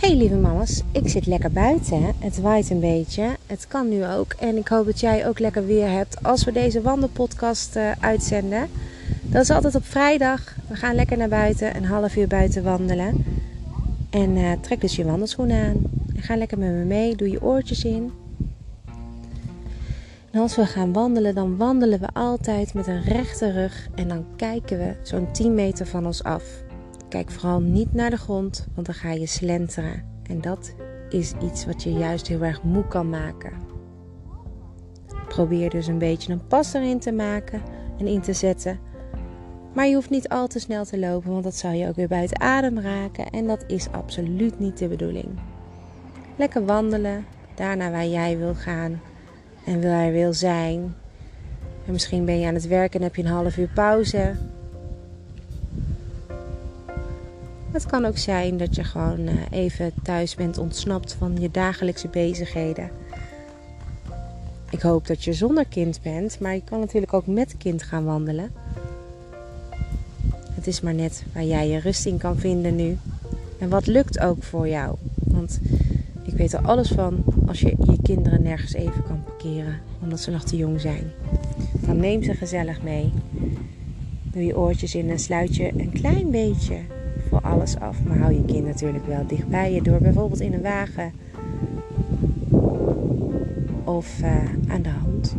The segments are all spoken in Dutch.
Hey lieve mama's, ik zit lekker buiten. Het waait een beetje. Het kan nu ook. En ik hoop dat jij ook lekker weer hebt als we deze wandelpodcast uitzenden. Dat is altijd op vrijdag. We gaan lekker naar buiten, een half uur buiten wandelen. En trek dus je wandelschoenen aan. En ga lekker met me mee. Doe je oortjes in. En als we gaan wandelen, dan wandelen we altijd met een rechte rug. En dan kijken we zo'n 10 meter van ons af. Kijk vooral niet naar de grond, want dan ga je slenteren. En dat is iets wat je juist heel erg moe kan maken. Probeer dus een beetje een pas erin te maken en in te zetten. Maar je hoeft niet al te snel te lopen, want dat zou je ook weer buiten adem raken. En dat is absoluut niet de bedoeling. Lekker wandelen, daarna waar jij wil gaan en waar je wil zijn. En misschien ben je aan het werken en heb je een half uur pauze. Het kan ook zijn dat je gewoon even thuis bent ontsnapt van je dagelijkse bezigheden. Ik hoop dat je zonder kind bent, maar je kan natuurlijk ook met kind gaan wandelen. Het is maar net waar jij je rust in kan vinden nu. En wat lukt ook voor jou. Want ik weet er alles van als je je kinderen nergens even kan parkeren, omdat ze nog te jong zijn. Dan neem ze gezellig mee. Doe je oortjes in en sluit je een klein beetje voor alles af. Maar hou je kind natuurlijk wel dichtbij je door bijvoorbeeld in een wagen of aan de hand.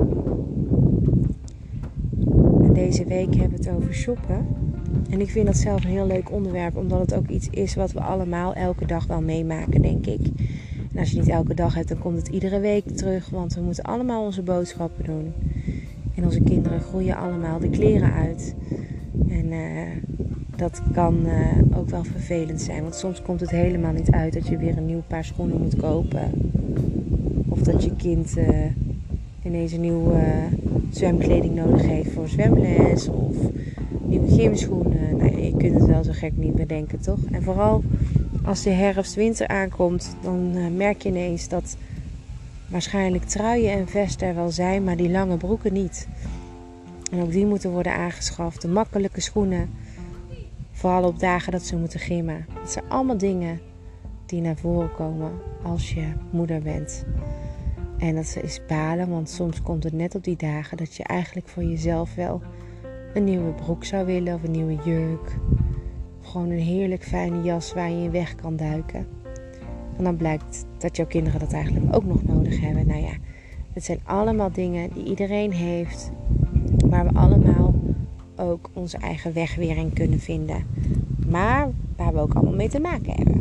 En deze week hebben we het over shoppen. En ik vind dat zelf een heel leuk onderwerp, omdat het ook iets is wat we allemaal elke dag wel meemaken, denk ik. En als je niet elke dag hebt, dan komt het iedere week terug, want we moeten allemaal onze boodschappen doen. En onze kinderen groeien allemaal de kleren uit. En dat kan ook wel vervelend zijn, want soms komt het helemaal niet uit dat je weer een nieuw paar schoenen moet kopen. Of dat je kind ineens een nieuwe zwemkleding nodig heeft voor zwemles of nieuwe gymschoenen. Nou, je kunt het wel zo gek niet bedenken, toch? En vooral als de herfst-winter aankomt, dan merk je ineens dat waarschijnlijk truien en vesten er wel zijn, maar die lange broeken niet. En ook die moeten worden aangeschaft. De makkelijke schoenen. Vooral op dagen dat ze moeten gymmen. Dat zijn allemaal dingen die naar voren komen als je moeder bent. En dat is balen, want soms komt het net op die dagen dat je eigenlijk voor jezelf wel een nieuwe broek zou willen of een nieuwe jurk. Of gewoon een heerlijk fijne jas waar je in weg kan duiken. En dan blijkt dat jouw kinderen dat eigenlijk ook nog nodig hebben. Nou ja, het zijn allemaal dingen die iedereen heeft, waar we allemaal ook onze eigen weg weer in kunnen vinden. Maar waar we ook allemaal mee te maken hebben.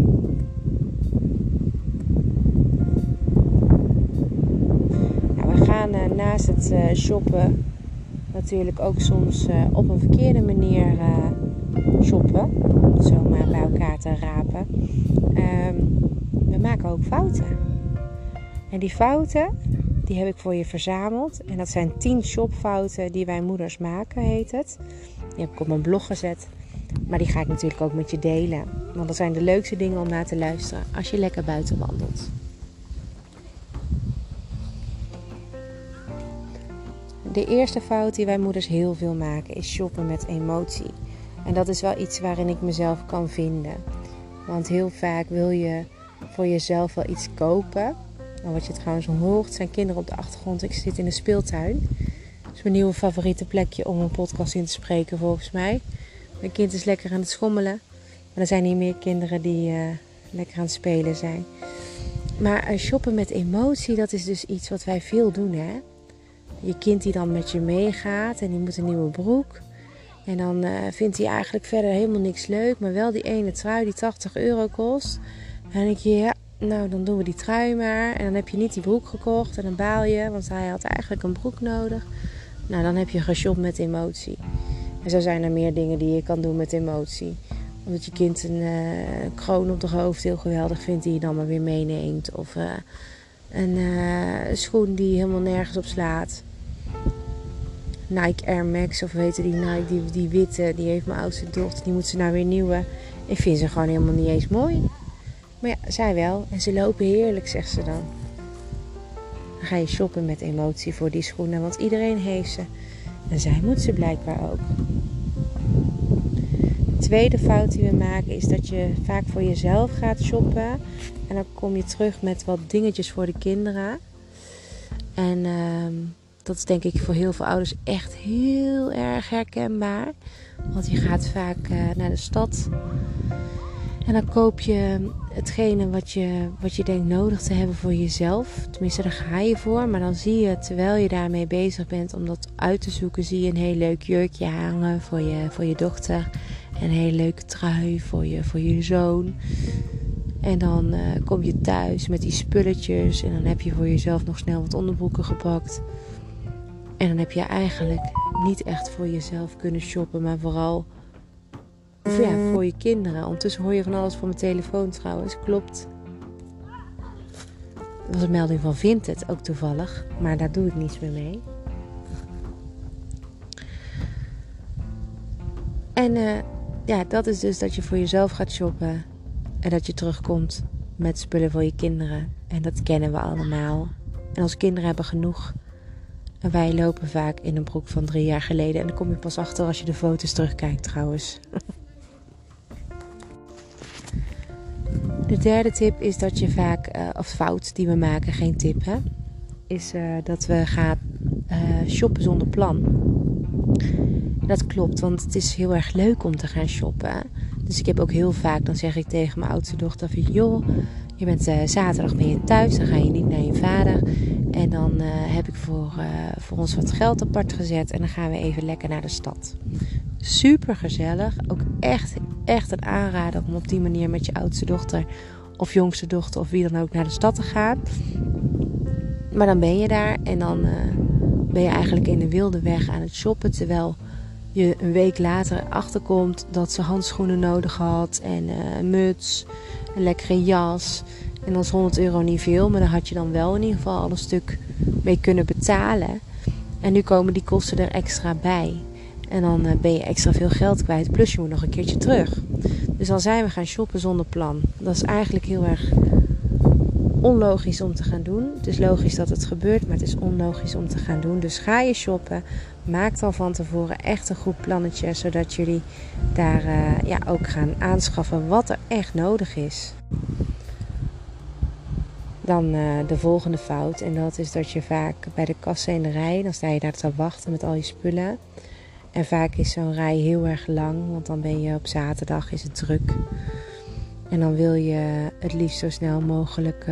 Nou, we gaan naast het shoppen natuurlijk ook soms op een verkeerde manier shoppen. Om het zo maar bij elkaar te rapen. We maken ook fouten. En die fouten, die heb ik voor je verzameld. En dat zijn 10 shopfouten die wij moeders maken, heet het. Die heb ik op mijn blog gezet. Maar die ga ik natuurlijk ook met je delen. Want dat zijn de leukste dingen om naar te luisteren als je lekker buiten wandelt. De eerste fout die wij moeders heel veel maken is shoppen met emotie. En dat is wel iets waarin ik mezelf kan vinden. Want heel vaak wil je voor jezelf wel iets kopen. En wat je trouwens hoort zijn kinderen op de achtergrond. Ik zit in de speeltuin. Dat is mijn nieuwe favoriete plekje om een podcast in te spreken volgens mij. Mijn kind is lekker aan het schommelen. Maar er zijn hier meer kinderen die lekker aan het spelen zijn. Maar shoppen met emotie, dat is dus iets wat wij veel doen, hè. Je kind die dan met je meegaat en die moet een nieuwe broek. En dan vindt hij eigenlijk verder helemaal niks leuk. Maar wel die ene trui die €80 kost. En dan denk je, ja, nou dan doen we die trui maar. En dan heb je niet die broek gekocht en dan baal je. Want hij had eigenlijk een broek nodig. Nou, dan heb je geshopt met emotie. En zo zijn er meer dingen die je kan doen met emotie. Omdat je kind een kroon op de hoofd heel geweldig vindt die je dan maar weer meeneemt. Of een schoen die helemaal nergens op slaat. Nike Air Max of weet je die Nike, die witte, die heeft mijn oudste dochter. Die moet ze nou weer nieuwe. Ik vind ze gewoon helemaal niet eens mooi. Maar ja, zij wel. En ze lopen heerlijk, zegt ze dan. Dan ga je shoppen met emotie voor die schoenen. Want iedereen heeft ze. En zij moet ze blijkbaar ook. tweede fout die we maken is dat je vaak voor jezelf gaat shoppen. En dan kom je terug met wat dingetjes voor de kinderen. En dat is denk ik voor heel veel ouders echt heel erg herkenbaar. Want je gaat vaak naar de stad. En dan koop je hetgene wat je denkt nodig te hebben voor jezelf. Tenminste, daar ga je voor. Maar dan zie je, terwijl je daarmee bezig bent om dat uit te zoeken, zie je een heel leuk jurkje hangen voor je dochter. En een hele leuke trui voor je zoon. En dan kom je thuis met die spulletjes. En dan heb je voor jezelf nog snel wat onderbroeken gepakt. En dan heb je eigenlijk niet echt voor jezelf kunnen shoppen. Maar vooral voor je kinderen. Ondertussen hoor je van alles van mijn telefoon trouwens. Klopt. Dat was een melding van Vinted, ook toevallig. Maar daar doe ik niets meer mee. En dat is dus dat je voor jezelf gaat shoppen. En dat je terugkomt met spullen voor je kinderen. En dat kennen we allemaal. En onze kinderen hebben genoeg. En wij lopen vaak in een broek van 3 jaar geleden. En dan kom je pas achter als je de foto's terugkijkt trouwens. De derde tip is dat je vaak, of fout die we maken, geen tip hè. Is dat we gaan shoppen zonder plan. Dat klopt, want het is heel erg leuk om te gaan shoppen. Dus ik heb ook heel vaak, dan zeg ik tegen mijn oudste dochter van, joh, je bent zaterdag ben je thuis, dan ga je niet naar je vader. En dan heb ik voor ons wat geld apart gezet en dan gaan we even lekker naar de stad. Super gezellig, ook echt een aanrader om op die manier met je oudste dochter of jongste dochter of wie dan ook naar de stad te gaan. Maar dan ben je daar en dan ben je eigenlijk in de wilde weg aan het shoppen, terwijl je een week later achterkomt dat ze handschoenen nodig had en een muts, een lekkere jas. En dan is €100 niet veel, maar dan had je dan wel in ieder geval al een stuk mee kunnen betalen. En nu komen die kosten er extra bij. En dan ben je extra veel geld kwijt, plus je moet nog een keertje terug. Dus dan zijn we gaan shoppen zonder plan. Dat is eigenlijk heel erg onlogisch om te gaan doen. Het is logisch dat het gebeurt, maar het is onlogisch om te gaan doen. Dus ga je shoppen, maak dan van tevoren echt een goed plannetje, zodat jullie daar ook gaan aanschaffen wat er echt nodig is. Dan de volgende fout, en dat is dat je vaak bij de kassa in de rij, dan sta je daar te wachten met al je spullen. En vaak is zo'n rij heel erg lang, want dan ben je op zaterdag, is het druk. En dan wil je het liefst zo snel mogelijk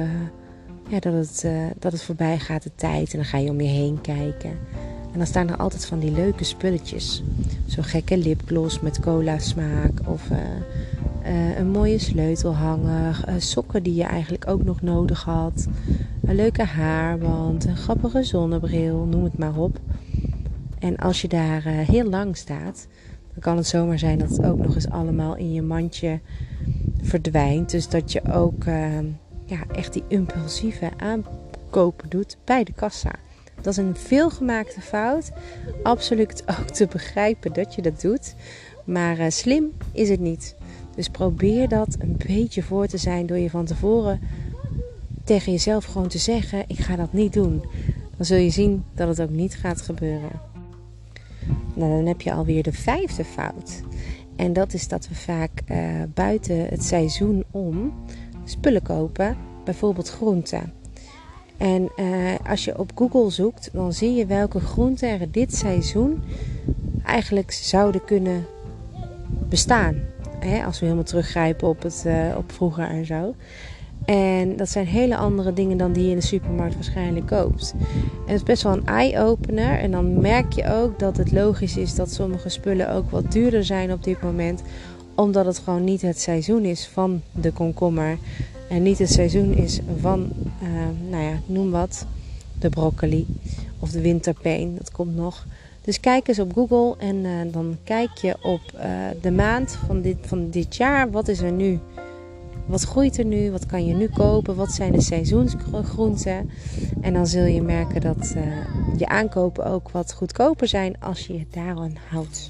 dat het voorbij gaat de tijd. En dan ga je om je heen kijken. En dan staan er altijd van die leuke spulletjes. Zo'n gekke lipgloss met cola smaak. Of een mooie sleutelhanger. Sokken die je eigenlijk ook nog nodig had. Een leuke haarband. Een grappige zonnebril. Noem het maar op. En als je daar heel lang staat, dan kan het zomaar zijn dat het ook nog eens allemaal in je mandje verdwijnt. Dus dat je ook echt die impulsieve aankopen doet bij de kassa. Dat is een veelgemaakte fout. Absoluut ook te begrijpen dat je dat doet. Maar slim is het niet. Dus probeer dat een beetje voor te zijn door je van tevoren tegen jezelf gewoon te zeggen, ik ga dat niet doen. Dan zul je zien dat het ook niet gaat gebeuren. Nou, dan heb je alweer de 5e fout. En dat is dat we vaak buiten het seizoen om spullen kopen. Bijvoorbeeld groenten. En als je op Google zoekt, dan zie je welke groenten er dit seizoen eigenlijk zouden kunnen bestaan. Als we helemaal teruggrijpen op vroeger en zo. En dat zijn hele andere dingen dan die je in de supermarkt waarschijnlijk koopt. En het is best wel een eye-opener. En dan merk je ook dat het logisch is dat sommige spullen ook wat duurder zijn op dit moment. Omdat het gewoon niet het seizoen is van de komkommer. En niet het seizoen is van, noem wat, de broccoli. Of de winterpeen, dat komt nog. Dus kijk eens op Google en dan kijk je op de maand van dit jaar. Wat is er nu? Wat groeit er nu? Wat kan je nu kopen? Wat zijn de seizoensgroenten? En dan zul je merken dat je aankopen ook wat goedkoper zijn als je je daaraan houdt.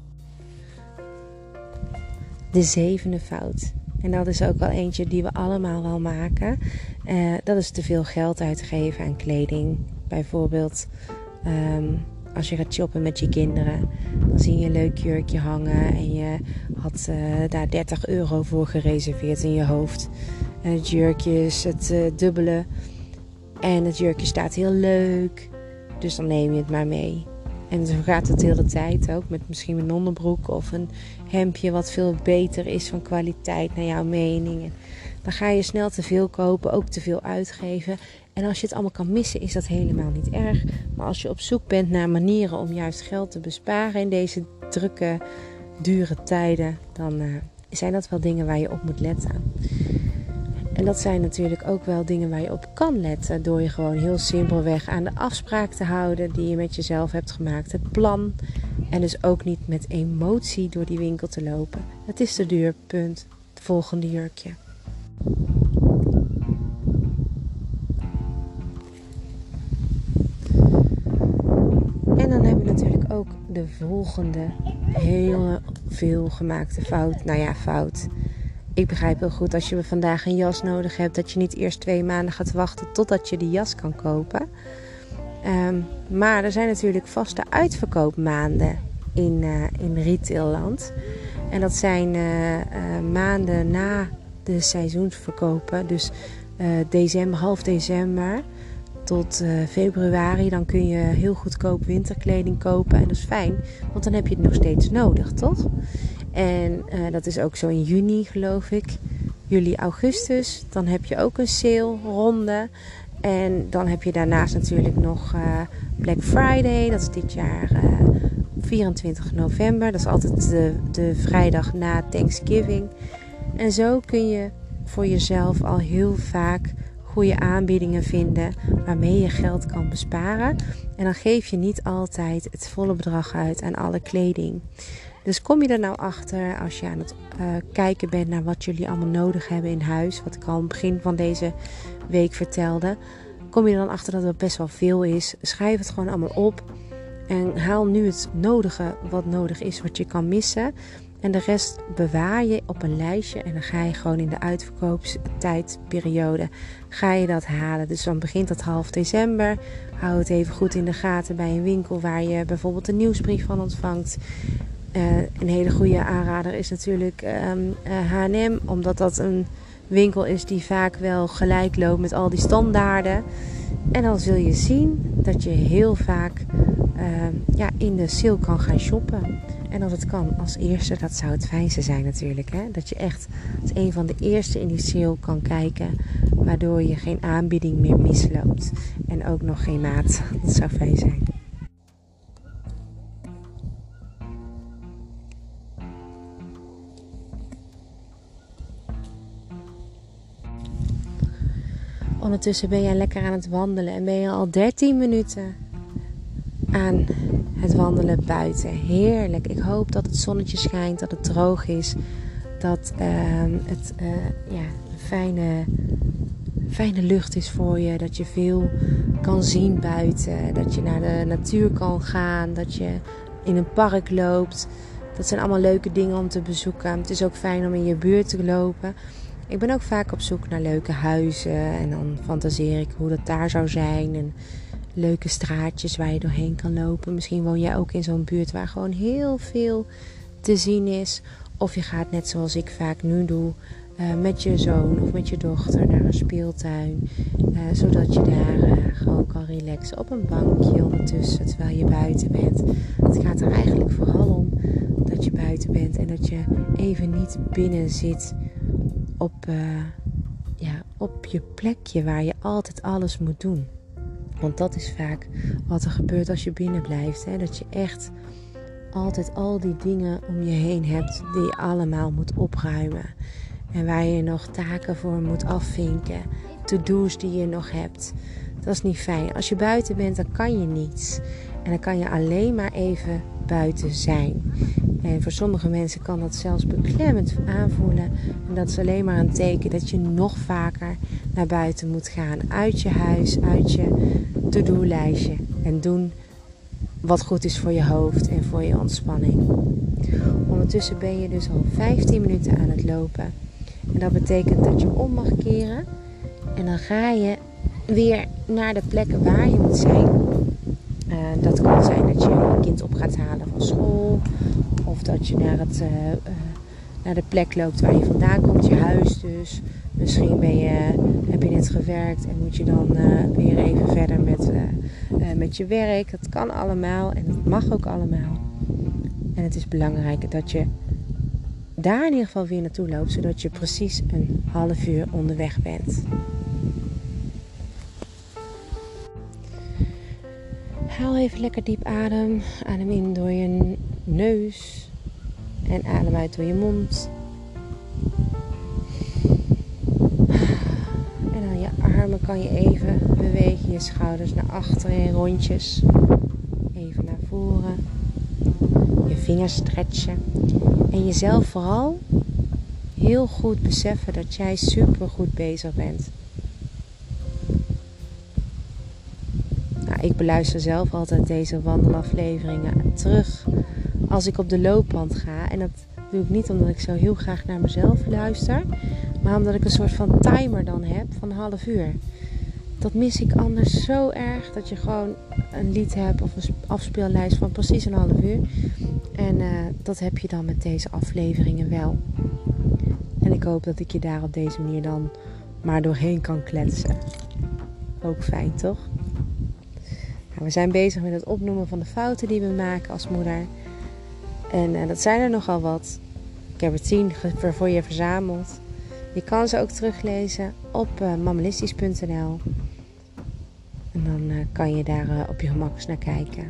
De 7e fout. En dat is ook wel eentje die we allemaal wel maken. Dat is te veel geld uitgeven aan kleding. Bijvoorbeeld als je gaat shoppen met je kinderen. Dan zie je een leuk jurkje hangen en je had daar €30 voor gereserveerd in je hoofd. En het jurkje is het dubbele. En het jurkje staat heel leuk. Dus dan neem je het maar mee. En zo gaat het de hele tijd ook. Met misschien een onderbroek of een hemdje wat veel beter is van kwaliteit naar jouw mening. En dan ga je snel te veel kopen, ook te veel uitgeven. En als je het allemaal kan missen, is dat helemaal niet erg. Maar als je op zoek bent naar manieren om juist geld te besparen in deze drukke, dure tijden, dan zijn dat wel dingen waar je op moet letten. En dat zijn natuurlijk ook wel dingen waar je op kan letten. Door je gewoon heel simpelweg aan de afspraak te houden die je met jezelf hebt gemaakt. Het plan. En dus ook niet met emotie door die winkel te lopen. Het is te duur, punt. Het volgende jurkje. En dan hebben we natuurlijk ook de volgende heel veel gemaakte fout. Nou ja, fout. Ik begrijp heel goed als je vandaag een jas nodig hebt, dat je niet eerst 2 maanden gaat wachten totdat je die jas kan kopen. Maar er zijn natuurlijk vaste uitverkoopmaanden in retailland. En dat zijn maanden na de seizoensverkopen. Dus half december tot februari. Dan kun je heel goedkoop winterkleding kopen. En dat is fijn, want dan heb je het nog steeds nodig, toch? En dat is ook zo in juni, geloof ik. Juli, augustus. Dan heb je ook een sale ronde. En dan heb je daarnaast natuurlijk nog Black Friday. Dat is dit jaar 24 november. Dat is altijd de vrijdag na Thanksgiving. En zo kun je voor jezelf al heel vaak goede aanbiedingen vinden waarmee je geld kan besparen. En dan geef je niet altijd het volle bedrag uit aan alle kleding. Dus kom je er nou achter als je aan het kijken bent naar wat jullie allemaal nodig hebben in huis. Wat ik al aan het begin van deze week vertelde. Kom je er dan achter dat het best wel veel is. Schrijf het gewoon allemaal op. En haal nu het nodige wat nodig is wat je kan missen. En de rest bewaar je op een lijstje. En dan ga je gewoon in de uitverkoopstijdperiode ga je dat halen. Dus dan begint dat half december. Hou het even goed in de gaten bij een winkel waar je bijvoorbeeld een nieuwsbrief van ontvangt. Een hele goede aanrader is natuurlijk H&M. Omdat dat een winkel is die vaak wel gelijk loopt met al die standaarden. En dan zul je zien dat je heel vaak in de sale kan gaan shoppen. En als het kan als eerste, dat zou het fijnste zijn natuurlijk. Hè? Dat je echt als een van de eerste in die sale kan kijken. Waardoor je geen aanbieding meer misloopt. En ook nog geen maat. Dat zou fijn zijn. Ondertussen ben jij lekker aan het wandelen en ben je al 13 minuten aan het wandelen buiten. Heerlijk. Ik hoop dat het zonnetje schijnt, dat het droog is, dat het fijne lucht is voor je, dat je veel kan zien buiten, dat je naar de natuur kan gaan, dat je in een park loopt. Dat zijn allemaal leuke dingen om te bezoeken. Het is ook fijn om in je buurt te lopen. Ik ben ook vaak op zoek naar leuke huizen en dan fantaseer ik hoe dat daar zou zijn en leuke straatjes waar je doorheen kan lopen. Misschien woon jij ook in zo'n buurt waar gewoon heel veel te zien is. Of je gaat net zoals ik vaak nu doe met je zoon of met je dochter naar een speeltuin. Zodat je daar gewoon kan relaxen op een bankje ondertussen terwijl je buiten bent. Het gaat er eigenlijk vooral om dat je buiten bent en dat je even niet binnen zit op je plekje waar je altijd alles moet doen. Want dat is vaak wat er gebeurt als je binnen blijft. Hè? Dat je echt altijd al die dingen om je heen hebt die je allemaal moet opruimen. En waar je nog taken voor moet afvinken. To-do's die je nog hebt. Dat is niet fijn. Als je buiten bent, dan kan je niets. En dan kan je alleen maar even buiten zijn. En voor sommige mensen kan dat zelfs beklemmend aanvoelen. En dat is alleen maar een teken dat je nog vaker naar buiten moet gaan. Uit je huis, uit je to-do-lijstje. En doen wat goed is voor je hoofd en voor je ontspanning. Ondertussen ben je dus al 15 minuten aan het lopen. En dat betekent dat je om mag keren. En dan ga je weer naar de plekken waar je moet zijn. Dat kan zijn dat je je kind op gaat halen van school. Of dat je naar de plek loopt waar je vandaan komt. Je huis dus. Misschien heb je net gewerkt en moet je dan weer even verder met je werk. Dat kan allemaal en dat mag ook allemaal. En het is belangrijk dat je daar in ieder geval weer naartoe loopt. Zodat je precies een half uur onderweg bent. Haal even lekker diep adem. Adem in door je neus. En adem uit door je mond. En dan je armen kan je even bewegen. Je schouders naar achteren in rondjes. Even naar voren. Je vingers stretchen. En jezelf vooral heel goed beseffen dat jij super goed bezig bent. Nou, ik beluister zelf altijd deze wandelafleveringen terug als ik op de loopband ga. En dat doe ik niet omdat ik zo heel graag naar mezelf luister. Maar omdat ik een soort van timer dan heb van een half uur. Dat mis ik anders zo erg. Dat je gewoon een lied hebt of een afspeellijst van precies een half uur. En dat heb je dan met deze afleveringen wel. En ik hoop dat ik je daar op deze manier dan maar doorheen kan kletsen. Ook fijn, toch? Nou, we zijn bezig met het opnoemen van de fouten die we maken als moeder. En dat zijn er nogal wat. Ik heb er 10 voor je verzameld. Je kan ze ook teruglezen op mammalistisch.nl. En dan kan je daar op je gemak eens naar kijken.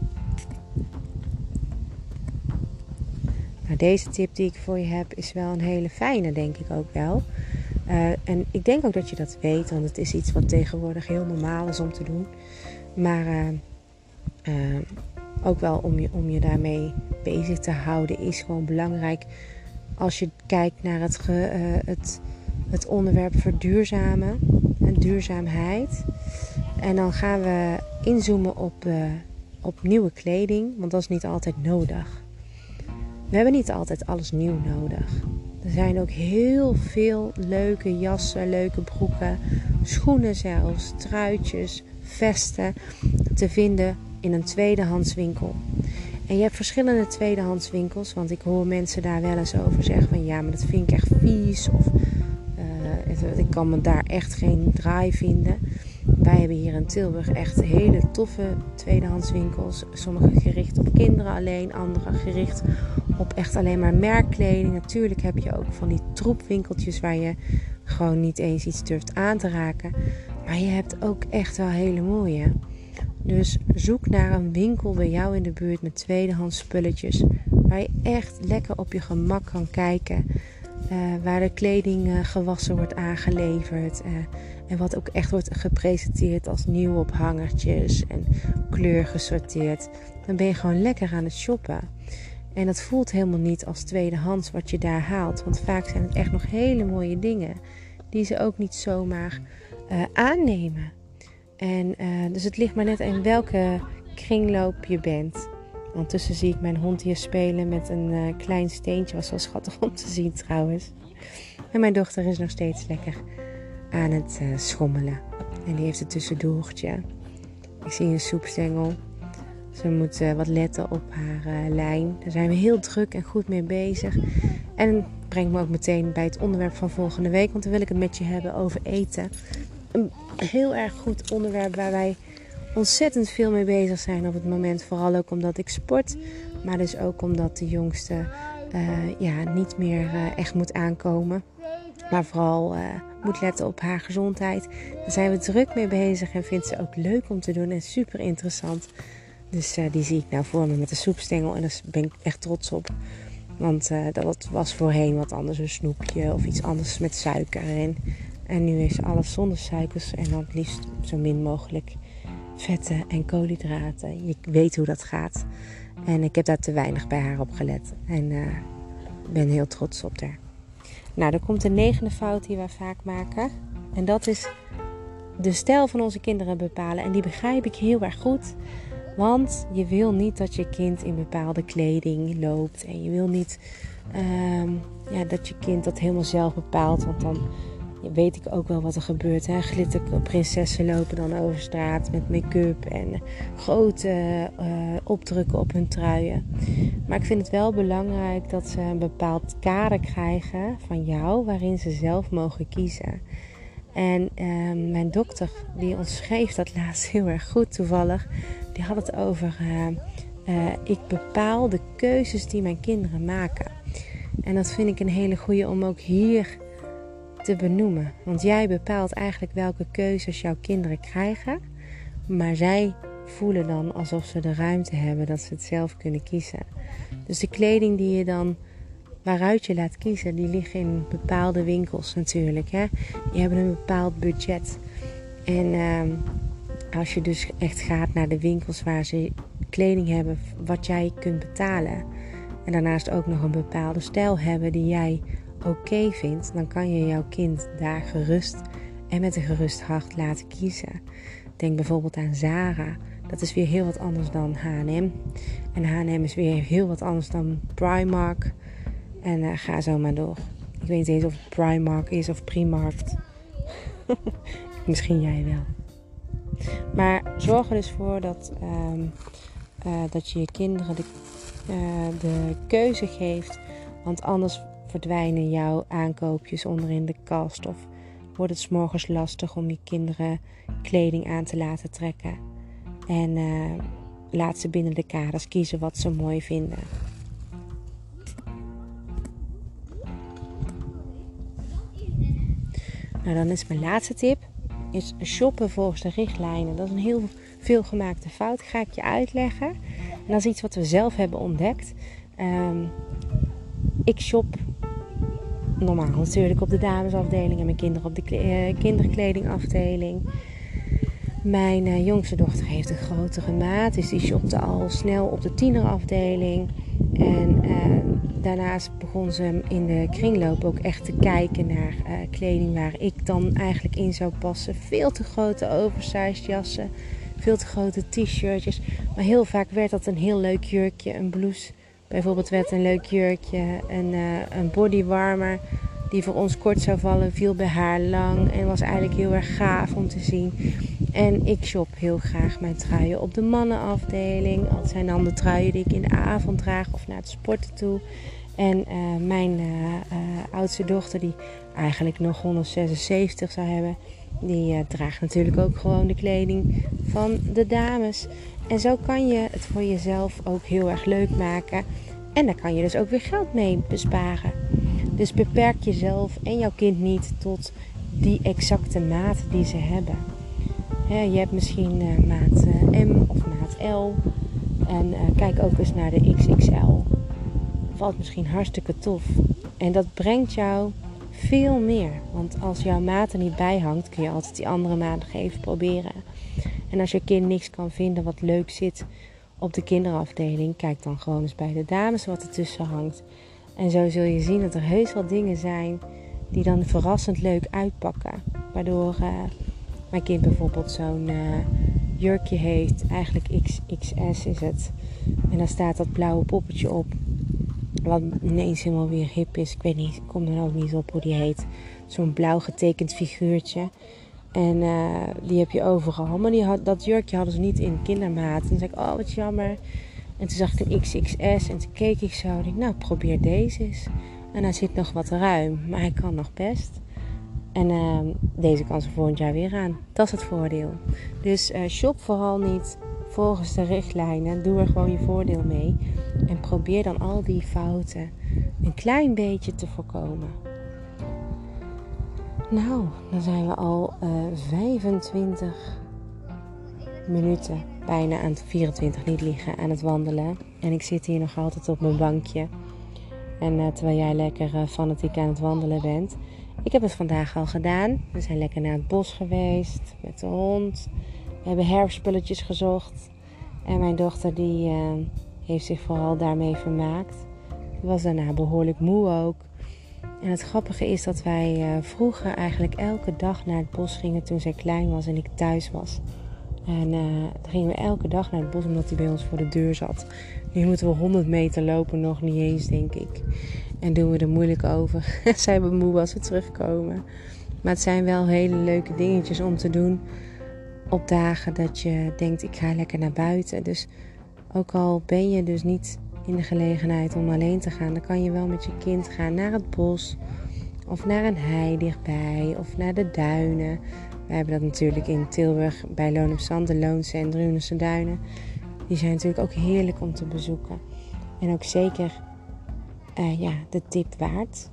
Nou, deze tip die ik voor je heb is wel een hele fijne, denk ik ook wel. En ik denk ook dat je dat weet, want het is iets wat tegenwoordig heel normaal is om te doen. Maar ook wel om je daarmee bezig te houden is gewoon belangrijk. Als je kijkt naar het onderwerp verduurzamen en duurzaamheid. En dan gaan we inzoomen op nieuwe kleding, want dat is niet altijd nodig. We hebben niet altijd alles nieuw nodig. Er zijn ook heel veel leuke jassen, leuke broeken, schoenen zelfs, truitjes, vesten te vinden in een tweedehandswinkel. En je hebt verschillende tweedehandswinkels, want ik hoor mensen daar wel eens over zeggen van ja, maar dat vind ik echt vies of ik kan me daar echt geen draai vinden. Wij hebben hier in Tilburg echt hele toffe tweedehandswinkels. Sommige gericht op kinderen alleen, andere gericht op echt alleen maar merkkleding. Natuurlijk heb je ook van die troepwinkeltjes waar je gewoon niet eens iets durft aan te raken. Maar je hebt ook echt wel hele mooie. Dus zoek naar een winkel bij jou in de buurt met tweedehands spulletjes. Waar je echt lekker op je gemak kan kijken. Waar de kleding gewassen wordt aangeleverd. En wat ook echt wordt gepresenteerd als nieuw op hangertjes en kleur gesorteerd. Dan ben je gewoon lekker aan het shoppen. En dat voelt helemaal niet als tweedehands wat je daar haalt. Want vaak zijn het echt nog hele mooie dingen. Die ze ook niet zomaar aannemen. En dus het ligt maar net in welke kringloop je bent. Ondertussen zie ik mijn hond hier spelen met een klein steentje. Was wel schattig om te zien trouwens. En mijn dochter is nog steeds lekker aan het schommelen. En die heeft een tussendoortje. Ik zie een soepstengel. Ze moet wat letten op haar lijn. Daar zijn we heel druk en goed mee bezig. En brengt me ook meteen bij het onderwerp van volgende week. Want dan wil ik het met je hebben over eten. Een heel erg goed onderwerp waar wij ontzettend veel mee bezig zijn op het moment. Vooral ook omdat ik sport. Maar dus ook omdat de jongste niet meer echt moet aankomen. Maar vooral moet letten op haar gezondheid. Daar zijn we druk mee bezig en vindt ze ook leuk om te doen en super interessant. Dus die zie ik nou voor me met de soepstengel en daar ben ik echt trots op. Want dat was voorheen wat anders, een snoepje of iets anders met suiker erin. En nu is alles zonder suikers en dan het liefst zo min mogelijk vetten en koolhydraten. Je weet hoe dat gaat. En ik heb daar te weinig bij haar op gelet. En ben heel trots op haar. Nou, dan komt de 9e fout die wij vaak maken. En dat is de stijl van onze kinderen bepalen. En die begrijp ik heel erg goed. Want je wil niet dat je kind in bepaalde kleding loopt. En je wil niet dat je kind dat helemaal zelf bepaalt. Want dan weet ik ook wel wat er gebeurt. Hè? Glitterprinsessen lopen dan over straat met make-up en grote opdrukken op hun truien. Maar ik vind het wel belangrijk dat ze een bepaald kader krijgen van jou, waarin ze zelf mogen kiezen. En mijn dokter, die omschreef dat laatst heel erg goed toevallig. Die had het over, ik bepaal de keuzes die mijn kinderen maken. En dat vind ik een hele goeie om ook hier te benoemen. Want jij bepaalt eigenlijk welke keuzes jouw kinderen krijgen. Maar zij voelen dan alsof ze de ruimte hebben dat ze het zelf kunnen kiezen. Dus de kleding die je dan, waaruit je laat kiezen, die liggen in bepaalde winkels natuurlijk. Hè? Die hebben een bepaald budget. En als je dus echt gaat naar de winkels waar ze kleding hebben wat jij kunt betalen. En daarnaast ook nog een bepaalde stijl hebben die jij oké vindt. Dan kan je jouw kind daar gerust en met een gerust hart laten kiezen. Denk bijvoorbeeld aan Zara. Dat is weer heel wat anders dan H&M. En H&M is weer heel wat anders dan Primark. En ga zo maar door. Ik weet niet eens of het Primark is of Primarkt. Misschien jij wel. Maar zorg er dus voor dat je je kinderen de keuze geeft. Want anders verdwijnen jouw aankoopjes onderin de kast. Of wordt het 's morgens lastig om je kinderen kleding aan te laten trekken. En laat ze binnen de kaders kiezen wat ze mooi vinden. Nou, dan is mijn laatste tip. Is shoppen volgens de richtlijnen. Dat is een heel veel gemaakte fout. Ga ik je uitleggen. En dat is iets wat we zelf hebben ontdekt. Ik shop normaal natuurlijk op de damesafdeling en mijn kinderen op de kinderkledingafdeling. Mijn jongste dochter heeft een grotere maat, dus die shopte al snel op de tienerafdeling. En daarnaast begon ze in de kringloop ook echt te kijken naar kleding waar ik dan eigenlijk in zou passen. Veel te grote oversized jassen, veel te grote t-shirtjes. Maar heel vaak werd dat een heel leuk jurkje, een blouse. Bijvoorbeeld werd een leuk jurkje, een bodywarmer die voor ons kort zou vallen, viel bij haar lang en was eigenlijk heel erg gaaf om te zien. En ik shop heel graag mijn truien op de mannenafdeling. Dat zijn dan de truien die ik in de avond draag of naar het sporten toe. En mijn oudste dochter, die eigenlijk nog 176 zou hebben, die draagt natuurlijk ook gewoon de kleding van de dames. En zo kan je het voor jezelf ook heel erg leuk maken. En daar kan je dus ook weer geld mee besparen. Dus beperk jezelf en jouw kind niet tot die exacte maat die ze hebben. Je hebt misschien maat M of maat L. En kijk ook eens naar de XXL. Valt misschien hartstikke tof. En dat brengt jou veel meer. Want als jouw maat er niet bij hangt, kun je altijd die andere maat nog even proberen. En als je kind niks kan vinden wat leuk zit op de kinderafdeling, kijk dan gewoon eens bij de dames wat ertussen hangt. En zo zul je zien dat er heus wel dingen zijn die dan verrassend leuk uitpakken. Waardoor mijn kind bijvoorbeeld zo'n jurkje heeft. Eigenlijk XXS is het. En daar staat dat blauwe poppetje op. Wat ineens helemaal weer hip is. Ik weet niet, ik kom er ook niet op hoe die heet. Zo'n blauw getekend figuurtje. En die heb je overal. Maar dat jurkje hadden ze niet in kindermaat. En toen zei ik, oh wat jammer. En toen zag ik een XXS. En toen keek ik zo. En ik, nou probeer deze eens. En hij zit nog wat ruim. Maar hij kan nog best. En deze kan ze volgend jaar weer aan. Dat is het voordeel. Dus shop vooral niet volgens de richtlijnen. Doe er gewoon je voordeel mee. En probeer dan al die fouten een klein beetje te voorkomen. Nou, dan zijn we al 25 minuten, bijna aan het 24 niet liggen, aan het wandelen. En ik zit hier nog altijd op mijn bankje. En terwijl jij lekker fanatiek aan het wandelen bent. Ik heb het vandaag al gedaan. We zijn lekker naar het bos geweest met de hond. We hebben herfstspulletjes gezocht. En mijn dochter die heeft zich vooral daarmee vermaakt. Die was daarna behoorlijk moe ook. En het grappige is dat wij vroeger eigenlijk elke dag naar het bos gingen toen zij klein was en ik thuis was. En dan gingen we elke dag naar het bos omdat hij bij ons voor de deur zat. Nu moeten we 100 meter lopen, nog niet eens denk ik. En doen we er moeilijk over. Zij moe als we terugkomen. Maar het zijn wel hele leuke dingetjes om te doen op dagen dat je denkt, ik ga lekker naar buiten. Dus ook al ben je dus niet in de gelegenheid om alleen te gaan, dan kan je wel met je kind gaan naar het bos of naar een hei dichtbij of naar de duinen. Wij hebben dat natuurlijk in Tilburg bij Loon op Zand, de Loonse en Drunense duinen. Die zijn natuurlijk ook heerlijk om te bezoeken. En ook zeker de tip waard.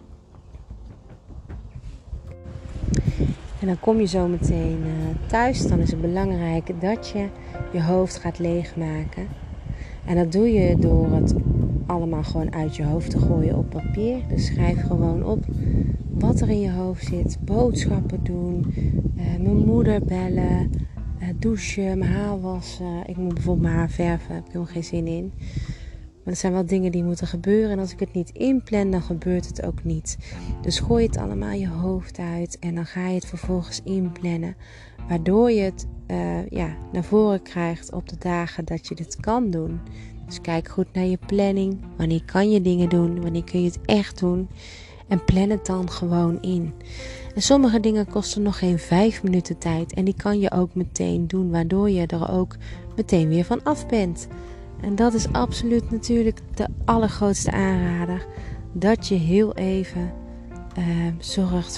En dan kom je zo meteen thuis. Dan is het belangrijk dat je je hoofd gaat leegmaken. En dat doe je door het allemaal gewoon uit je hoofd te gooien op papier. Dus schrijf gewoon op wat er in je hoofd zit. Boodschappen doen, mijn moeder bellen, douchen, mijn haar wassen. Ik moet bijvoorbeeld mijn haar verven, daar heb ik helemaal geen zin in. Maar dat zijn wel dingen die moeten gebeuren. En als ik het niet inplan, dan gebeurt het ook niet. Dus gooi het allemaal je hoofd uit. En dan ga je het vervolgens inplannen. Waardoor je het naar voren krijgt op de dagen dat je dit kan doen. Dus kijk goed naar je planning. Wanneer kan je dingen doen? Wanneer kun je het echt doen? En plan het dan gewoon in. En sommige dingen kosten nog geen 5 minuten tijd. En die kan je ook meteen doen. Waardoor je er ook meteen weer van af bent. En dat is absoluut natuurlijk de allergrootste aanrader. Dat je heel even zorgt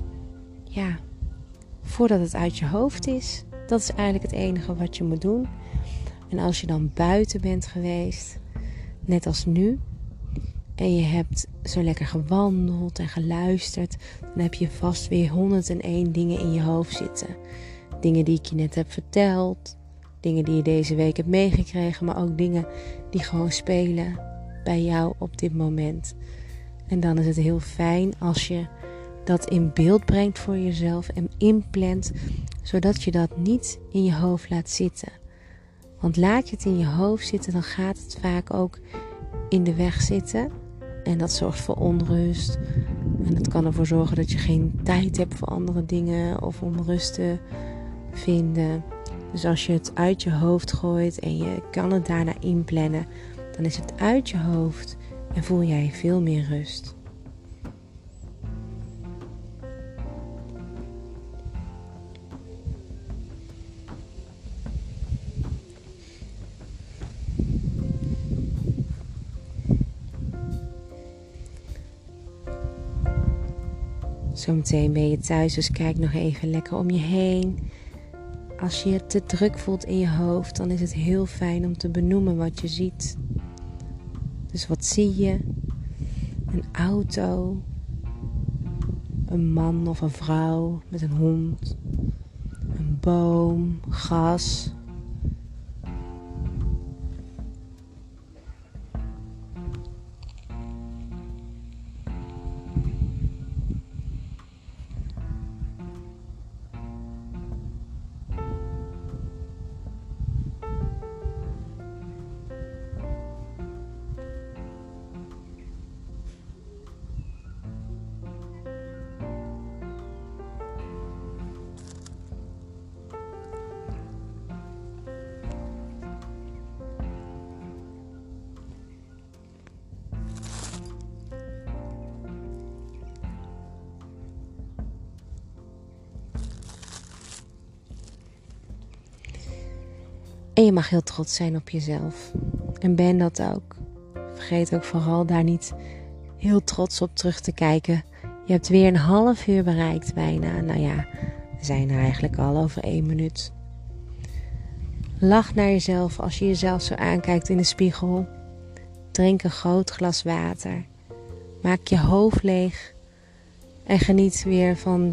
voordat het uit je hoofd is. Dat is eigenlijk het enige wat je moet doen. En als je dan buiten bent geweest, net als nu, en je hebt zo lekker gewandeld en geluisterd, dan heb je vast weer 101 dingen in je hoofd zitten. Dingen die ik je net heb verteld. Dingen die je deze week hebt meegekregen, maar ook dingen die gewoon spelen bij jou op dit moment. En dan is het heel fijn als je dat in beeld brengt voor jezelf en inplant, zodat je dat niet in je hoofd laat zitten. Want laat je het in je hoofd zitten, dan gaat het vaak ook in de weg zitten. En dat zorgt voor onrust. En dat kan ervoor zorgen dat je geen tijd hebt voor andere dingen of om rust te vinden. Dus als je het uit je hoofd gooit en je kan het daarna inplannen, dan is het uit je hoofd en voel jij veel meer rust. Zometeen ben je thuis, dus kijk nog even lekker om je heen. Als je het te druk voelt in je hoofd, dan is het heel fijn om te benoemen wat je ziet. Dus wat zie je? Een auto, een man of een vrouw met een hond, een boom, gras. En je mag heel trots zijn op jezelf. En ben dat ook. Vergeet ook vooral daar niet heel trots op terug te kijken. Je hebt weer een half uur bereikt bijna. Nou ja, we zijn er eigenlijk al over 1 minuut. Lach naar jezelf als je jezelf zo aankijkt in de spiegel. Drink een groot glas water. Maak je hoofd leeg. En geniet weer van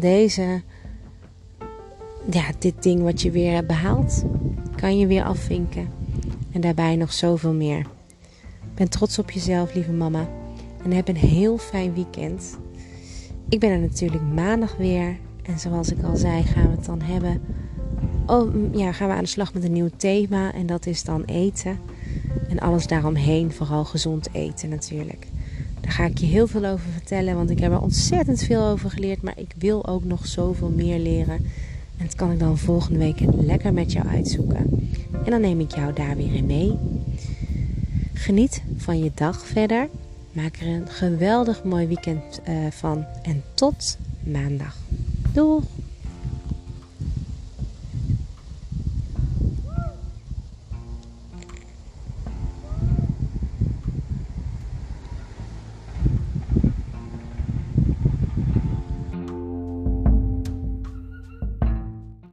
dit ding wat je weer hebt behaald. Kan je weer afvinken. En daarbij nog zoveel meer. Ben trots op jezelf, lieve mama. En heb een heel fijn weekend. Ik ben er natuurlijk maandag weer. En zoals ik al zei, gaan we het dan hebben. Gaan we aan de slag met een nieuw thema. En dat is dan eten. En alles daaromheen. Vooral gezond eten natuurlijk. Daar ga ik je heel veel over vertellen. Want ik heb er ontzettend veel over geleerd. Maar ik wil ook nog zoveel meer leren. En dat kan ik dan volgende week lekker met jou uitzoeken. En dan neem ik jou daar weer in mee. Geniet van je dag verder. Maak er een geweldig mooi weekend van. En tot maandag. Doei!